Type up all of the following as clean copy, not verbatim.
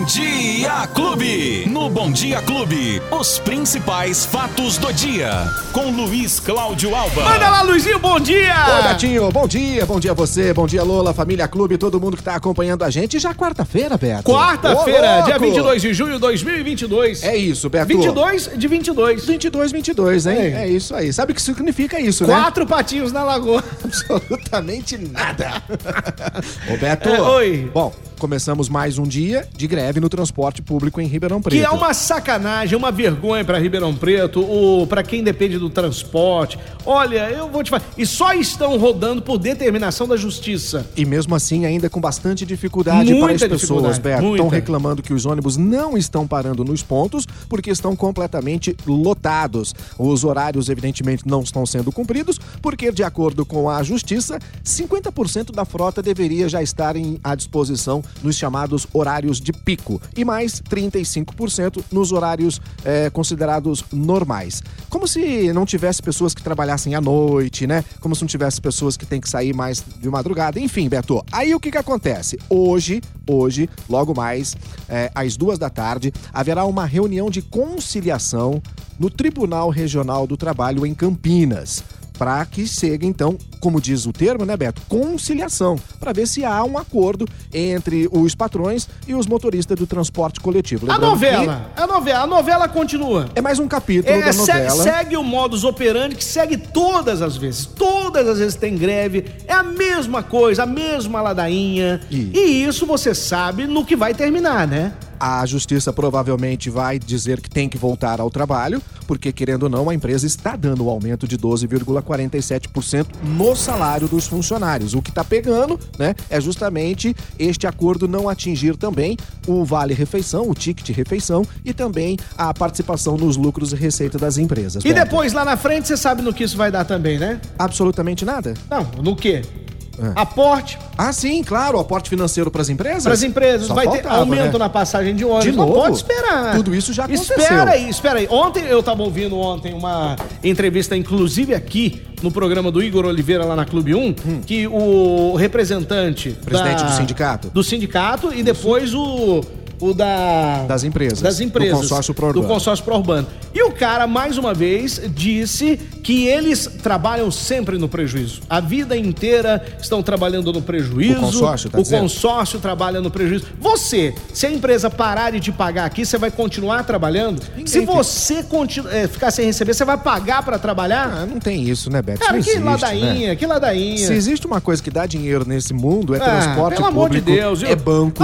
Dia Clube. No Bom Dia Clube, os principais fatos do dia. Com Luiz Cláudio Alba. Manda lá, Luizinho, bom dia! Oi, Betinho, bom dia a você, bom dia, Lola, família Clube, todo mundo que tá acompanhando a gente. Já quarta-feira, Beto. Quarta-feira, dia 22 de junho de 2022. É isso, Beto. 22 de 22. 22, hein? É isso aí. Sabe o que significa isso, 4 patinhos na lagoa. Absolutamente nada. Ô, Beto. Oi. Bom, começamos mais um dia de greve no transporte público em Ribeirão Preto. Que é uma sacanagem, uma vergonha pra Ribeirão Preto, pra quem depende do transporte. Olha, eu vou te falar, e só estão rodando por determinação da justiça. E mesmo assim, ainda com bastante dificuldade para as pessoas, Beto. Estão reclamando que os ônibus não estão parando nos pontos porque estão completamente lotados. Os horários, evidentemente, não estão sendo cumpridos porque, de acordo com a justiça, 50% da frota deveria já estar à disposição nos chamados horários de pico e mais 35% nos horários considerados normais. Como se não tivesse pessoas que trabalhassem à noite, né? Como se não tivesse pessoas que têm que sair mais de madrugada. Enfim, Beto, aí o que acontece? Hoje, logo mais, às 14h, haverá uma reunião de conciliação no Tribunal Regional do Trabalho em Campinas, para que chegue, então, como diz o termo, né, Beto, conciliação, para ver se há um acordo entre os patrões e os motoristas do transporte coletivo. A novela continua. É mais um capítulo da novela. Segue o modus operandi que segue todas as vezes tem greve, é a mesma coisa, a mesma ladainha. E isso você sabe no que vai terminar, né? A justiça provavelmente vai dizer que tem que voltar ao trabalho, porque, querendo ou não, a empresa está dando um aumento de 12,47% no salário dos funcionários. O que está pegando, né, é justamente este acordo não atingir também o vale-refeição, o ticket-refeição e também a participação nos lucros e receita das empresas. E depois, lá na frente, você sabe no que isso vai dar também, né? Absolutamente nada. Não, no quê? Aporte. Ah, sim, claro, aporte financeiro para as empresas. Para as empresas, vai ter aumento, né, na passagem de ônibus. De novo? Não pode esperar. Tudo isso já aconteceu. Espera aí. Ontem eu estava ouvindo uma entrevista, inclusive aqui no programa do Igor Oliveira lá na Clube 1, que o representante presidente do sindicato e depois das empresas. Do consórcio pró-urbano. E o cara, mais uma vez, disse que eles trabalham sempre no prejuízo. A vida inteira estão trabalhando no prejuízo. O consórcio trabalha no prejuízo. Se a empresa parar de te pagar aqui, você vai continuar trabalhando? Se você ficar sem receber, você vai pagar pra trabalhar? Não tem isso, né, Beto? Cara, que ladainha. Se existe uma coisa que dá dinheiro nesse mundo, é transporte pelo público, amor de Deus, é banco.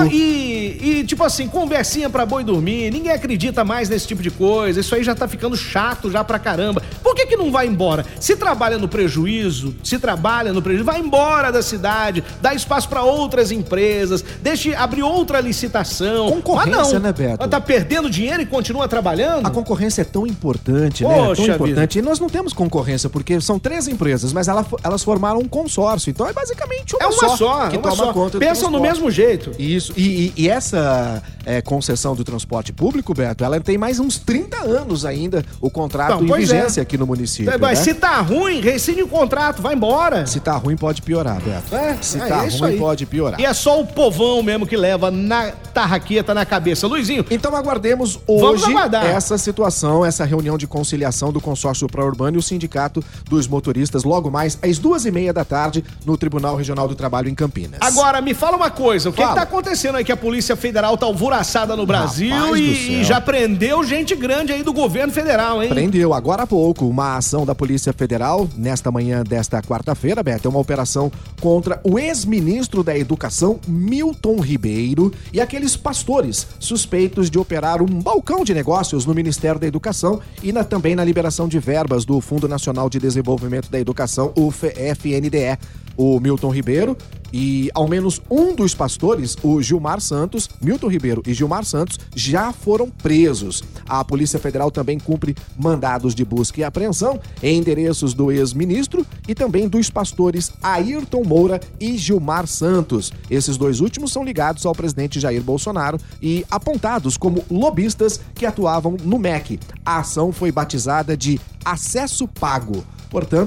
E tipo assim, conversinha pra boi dormir, ninguém acredita mais nesse tipo de coisa, isso aí já tá ficando chato já pra caramba. Por que não vai embora? Se trabalha no prejuízo, vai embora da cidade, dá espaço pra outras empresas, deixe abrir outra licitação. Concorrência, né, Beto? Tá perdendo dinheiro e continua trabalhando? A concorrência é tão importante, né? Poxa, tão importante. E nós não temos concorrência, porque são 3 empresas, mas elas formaram um consórcio, então é basicamente uma só que toma conta do Pensam no mesmo jeito. Isso, e essa concessão do transporte público, Beto, ela tem mais uns 30 anos ainda, o contrato em vigência aqui no município. Mas se tá ruim, rescinde o contrato, vai embora. Se tá ruim, pode piorar, Beto. Se tá ruim, pode piorar. E é só o povão mesmo que leva na tarraqueta na cabeça. Luizinho. Então aguardemos hoje essa situação, essa reunião de conciliação do consórcio pró-urbano e o sindicato dos motoristas, logo mais às 14h30 no Tribunal Regional do Trabalho em Campinas. Agora, me fala uma coisa, o que tá acontecendo aí que a Polícia Federal tá alvoroçada no Brasil e já prendeu gente grande aí do governo federal, hein? Prendeu, agora há pouco, uma ação da Polícia Federal, nesta manhã desta quarta-feira, Beto, é uma operação contra o ex-ministro da Educação, Milton Ribeiro, e aqueles pastores suspeitos de operar um balcão de negócios no Ministério da Educação e também na liberação de verbas do Fundo Nacional de Desenvolvimento da Educação, o FNDE. O Milton Ribeiro e ao menos um dos pastores, o Gilmar Santos, Milton Ribeiro e Gilmar Santos, já foram presos. A Polícia Federal também cumpre mandados de busca e apreensão em endereços do ex-ministro e também dos pastores Ayrton Moura e Gilmar Santos. Esses 2 últimos são ligados ao presidente Jair Bolsonaro e apontados como lobistas que atuavam no MEC. A ação foi batizada de Acesso Pago. Portanto,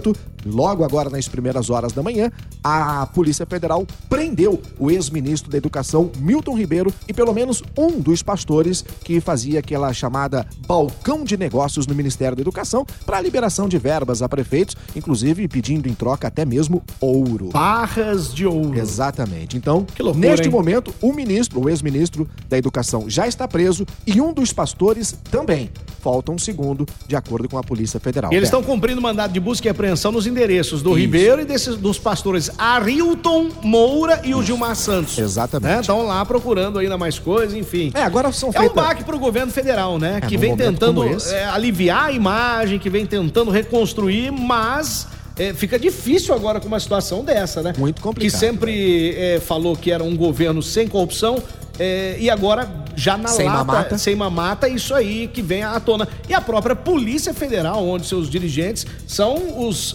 Logo agora, nas primeiras horas da manhã, a Polícia Federal prendeu o ex-ministro da Educação, Milton Ribeiro, e pelo menos um dos pastores que fazia aquela chamada balcão de negócios no Ministério da Educação para a liberação de verbas a prefeitos, inclusive pedindo em troca até mesmo ouro. Barras de ouro. Exatamente. Então, que loucura, neste momento, o ex-ministro da Educação já está preso e um dos pastores também. Falta um segundo, de acordo com a Polícia Federal. Eles estão cumprindo mandado de busca e apreensão nos endereços do Ribeiro e dos pastores Arilton Moura e o Gilmar Santos. Exatamente. Estão lá procurando ainda mais coisas, enfim. Agora são feitas... É um baque pro governo federal, né? Que vem tentando aliviar a imagem, que vem tentando reconstruir, mas... fica difícil agora com uma situação dessa, né? Muito complicado. Que sempre falou que era um governo sem corrupção, e agora já na sem mamata, isso aí que vem à tona. E a própria Polícia Federal, onde seus dirigentes são os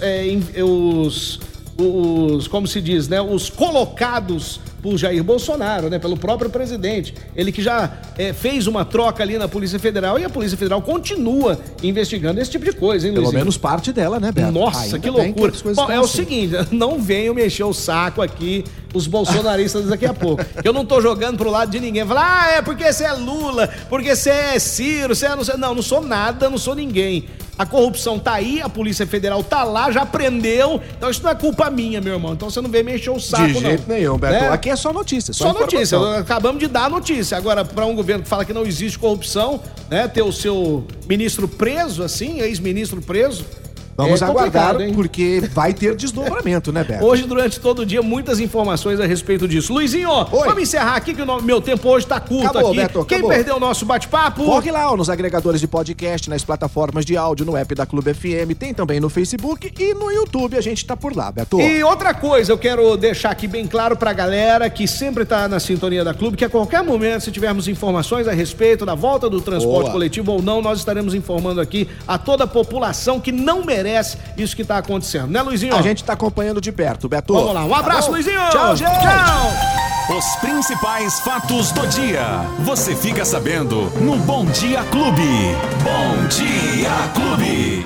como se diz, né? Os colocados por Jair Bolsonaro, né? Pelo próprio presidente. Ele que já fez uma troca ali na Polícia Federal e a Polícia Federal continua investigando esse tipo de coisa, hein, Luizinho? Pelo menos parte dela, né, Beto? Nossa, que loucura. Bom, é o seguinte, não venham mexer o saco aqui, os bolsonaristas daqui a pouco. Eu não tô jogando pro lado de ninguém. Falar, é porque você é Lula, porque você é Ciro, você é não sei... Não sou nada, não sou ninguém. A corrupção tá aí, a Polícia Federal tá lá, já prendeu. Então isso não é culpa minha, meu irmão. Então você não vem mexer o saco, não. De jeito nenhum, Beto. Né? Aqui é só notícia. Só notícia. Acabamos de dar a notícia. Agora, para um governo que fala que não existe corrupção, né? Ter o seu ministro preso, assim, ex-ministro preso. Vamos aguardar, porque vai ter desdobramento, né, Beto? Hoje, durante todo o dia, muitas informações a respeito disso. Luizinho, vamos encerrar aqui, que o meu tempo hoje tá curto. Acabou, aqui. Beto, Quem perdeu o nosso bate-papo? Corre lá, nos agregadores de podcast, nas plataformas de áudio, no app da Clube FM, tem também no Facebook e no YouTube, a gente tá por lá, Beto. E outra coisa, eu quero deixar aqui bem claro pra galera que sempre tá na sintonia da Clube, que a qualquer momento, se tivermos informações a respeito da volta do transporte coletivo ou não, nós estaremos informando aqui a toda a população que não merece isso que tá acontecendo, né, Luizinho? A gente tá acompanhando de perto, Beto. Vamos lá, um abraço, Luizinho! Tchau, gente! Tchau! Os principais fatos do dia, você fica sabendo no Bom Dia Clube. Bom Dia Clube!